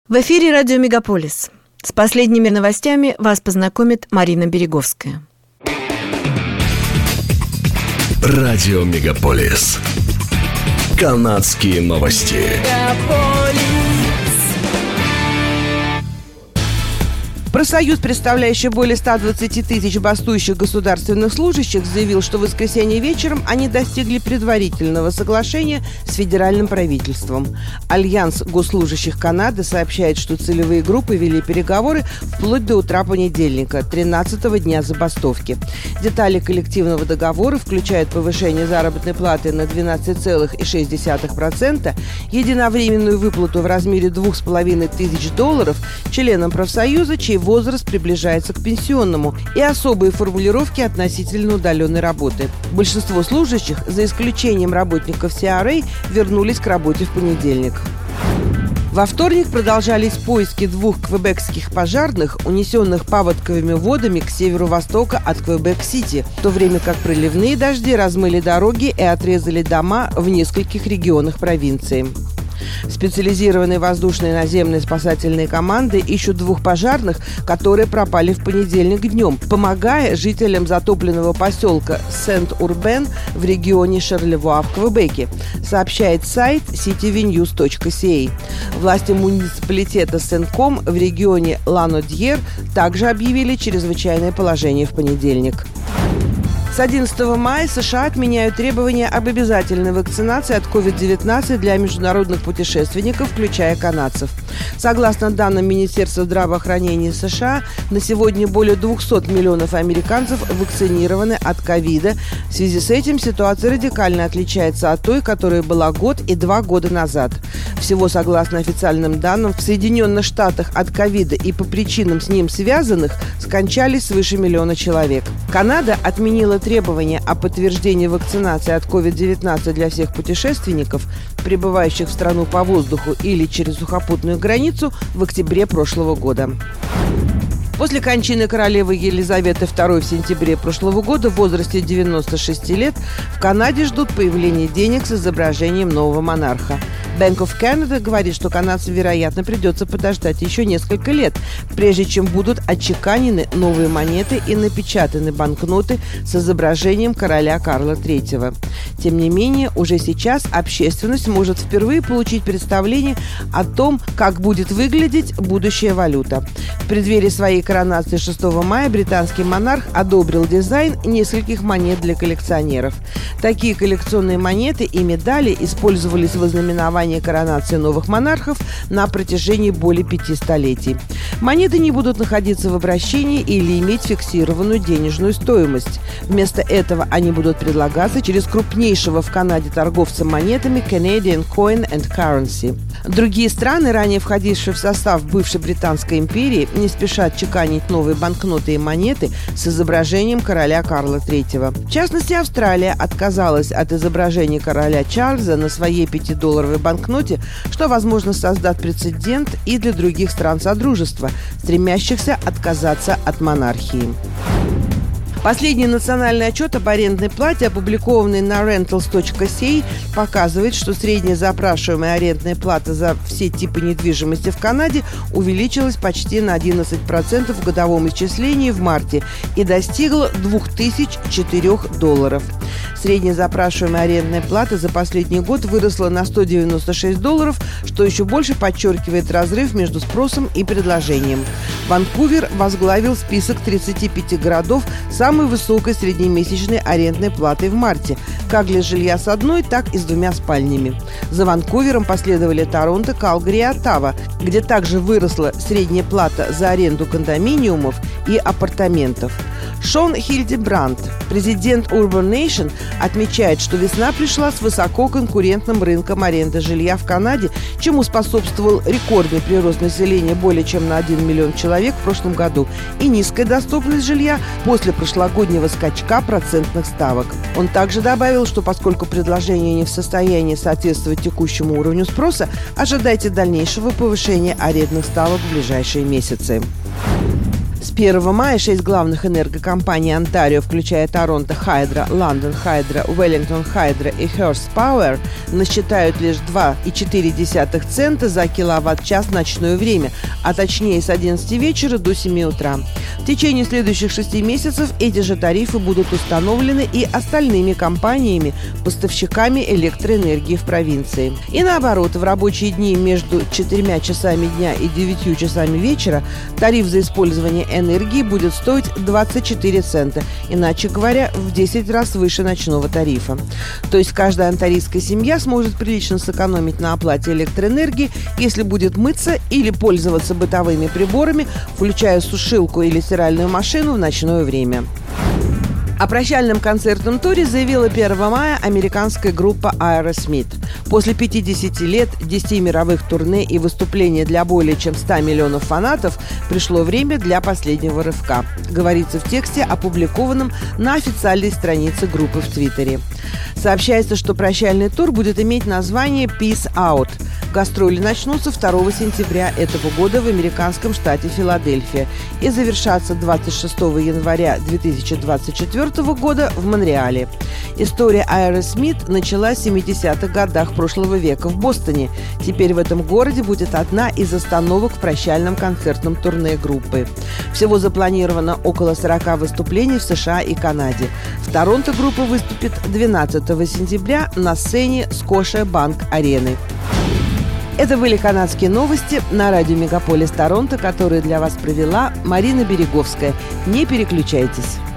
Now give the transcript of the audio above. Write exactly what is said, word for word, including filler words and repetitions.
В эфире радио «Мегаполис». С последними новостями вас познакомит Марина Береговская. Радио «Мегаполис». Канадские новости. Профсоюз, представляющий более ста двадцати тысяч бастующих государственных служащих, заявил, что в воскресенье вечером они достигли предварительного соглашения с федеральным правительством. Альянс госслужащих Канады сообщает, что целевые группы вели переговоры вплоть до утра понедельника, тринадцатого дня забастовки. Детали коллективного договора включают повышение заработной платы на двенадцать целых шесть десятых процента, единовременную выплату в размере двух с половиной тысяч долларов членам профсоюза, чей возраст приближается к пенсионному, и особые формулировки относительно удаленной работы. Большинство служащих, за исключением работников си ар эй, вернулись к работе в понедельник. Во вторник продолжались поиски двух квебекских пожарных, унесенных паводковыми водами к северо-востока от Квебек-Сити, в то время как проливные дожди размыли дороги и отрезали дома в нескольких регионах провинции. Специализированные воздушные и наземные спасательные команды ищут двух пожарных, которые пропали в понедельник днем, помогая жителям затопленного поселка Сент-Урбен в регионе Шарлевуа в Квебеке, сообщает сайт си ти ви ньюс точка си эй. Власти муниципалитета Сен-Ком в регионе Лано-Дьер также объявили чрезвычайное положение в понедельник. С одиннадцатого мая США отменяют требования об обязательной вакцинации от ковид девятнадцать для международных путешественников, включая канадцев. Согласно данным Министерства здравоохранения США, на сегодня более двухсот миллионов американцев вакцинированы от ковида. В связи с этим ситуация радикально отличается от той, которая была год и два года назад. Всего, согласно официальным данным, в Соединенных Штатах от ковида и по причинам с ним связанных скончались свыше миллиона человек. Канада отменила требования о подтверждении вакцинации от ковид девятнадцать для всех путешественников, прибывающих в страну по воздуху или через сухопутную границу, в октябре прошлого года. После кончины королевы Елизаветы второй в сентябре прошлого года в возрасте девяноста шести лет в Канаде ждут появления денег с изображением нового монарха. Bank of Canada говорит, что канадцам, вероятно, придется подождать еще несколько лет, прежде чем будут отчеканены новые монеты и напечатаны банкноты с изображением короля Карла третьего. Тем не менее, уже сейчас общественность может впервые получить представление о том, как будет выглядеть будущая валюта. В преддверии своей коронации шестого мая британский монарх одобрил дизайн нескольких монет для коллекционеров. Такие коллекционные монеты и медали использовались в ознаменовании коронации новых монархов на протяжении более пяти столетий. Монеты не будут находиться в обращении или иметь фиксированную денежную стоимость. Вместо этого они будут предлагаться через крупнейшего в Канаде торговца монетами Canadian Coin and Currency. Другие страны, ранее входившие в состав бывшей Британской империи, не спешат чеканить новые банкноты и монеты с изображением короля Карла третьего. В частности, Австралия отказалась от изображения короля Чарльза на своей пятидолларовой банкноте, что, возможно, создаст прецедент и для других стран Содружества, стремящихся отказаться от монархии. Последний национальный отчет об арендной плате, опубликованный на ренталс точка си эй, показывает, что средняя запрашиваемая арендная плата за все типы недвижимости в Канаде увеличилась почти на одиннадцать процентов в годовом исчислении в марте и достигла две тысячи четырех долларов. Средняя запрашиваемая арендная плата за последний год выросла на сто девяносто шесть долларов, что еще больше подчеркивает разрыв между спросом и предложением. Ванкувер возглавил список тридцати пяти городов с самой высокой среднемесячной арендной платой в марте, как для жилья с одной, так и с двумя спальнями. За Ванкувером последовали Торонто, Калгари и Оттава, где также выросла средняя плата за аренду кондоминиумов и апартаментов. Шон Хильдебранд, президент Urban Nation, отмечает, что весна пришла с высококонкурентным рынком аренды жилья в Канаде, чему способствовал рекордный прирост населения более чем на один миллион человек в прошлом году и низкая доступность жилья после прошлогоднего скачка процентных ставок. Он также добавил, что поскольку предложение не в состоянии соответствовать текущему уровню спроса, ожидайте дальнейшего повышения арендных ставок в ближайшие месяцы. С первого мая шесть главных энергокомпаний Онтарио, включая Торонто Хайдро, Лондон Хайдро, Уэллингтон Хайдро и Hearst Power, насчитают лишь два и четыре десятых цента за киловатт-час в ночное время, а точнее с одиннадцати вечера до семи утра. В течение следующих шести месяцев эти же тарифы будут установлены и остальными компаниями, поставщиками электроэнергии в провинции. И наоборот, в рабочие дни между четырьмя часами дня и девятью часами вечера тариф за использование энергии будет стоить двадцать четыре цента, иначе говоря, в десять раз выше ночного тарифа. То есть каждая онтарийская семья сможет прилично сэкономить на оплате электроэнергии, если будет мыться или пользоваться бытовыми приборами, включая сушилку или стиральную машину в ночное время. О прощальном концертном туре заявила первого мая американская группа Aerosmith. После пятидесяти лет, десяти мировых турне и выступления для более чем ста миллионов фанатов пришло время для последнего рывка, говорится в тексте, опубликованном на официальной странице группы в Твиттере. Сообщается, что прощальный тур будет иметь название «Peace Out». Гастроли начнутся второго сентября этого года в американском штате Филадельфия и завершатся двадцать шестого января две тысячи двадцать четвёртого года в Монреале. История Aerosmith началась в семидесятых годах прошлого века в Бостоне. Теперь в этом городе будет одна из остановок в прощальном концертном турне группы. Всего запланировано около сорока выступлений в США и Канаде. В Торонто группа выступит двенадцатого сентября на сцене Скошия-Банк-арены. Это были канадские новости на радио Мегаполис Торонто, которые для вас провела Марина Береговская. Не переключайтесь.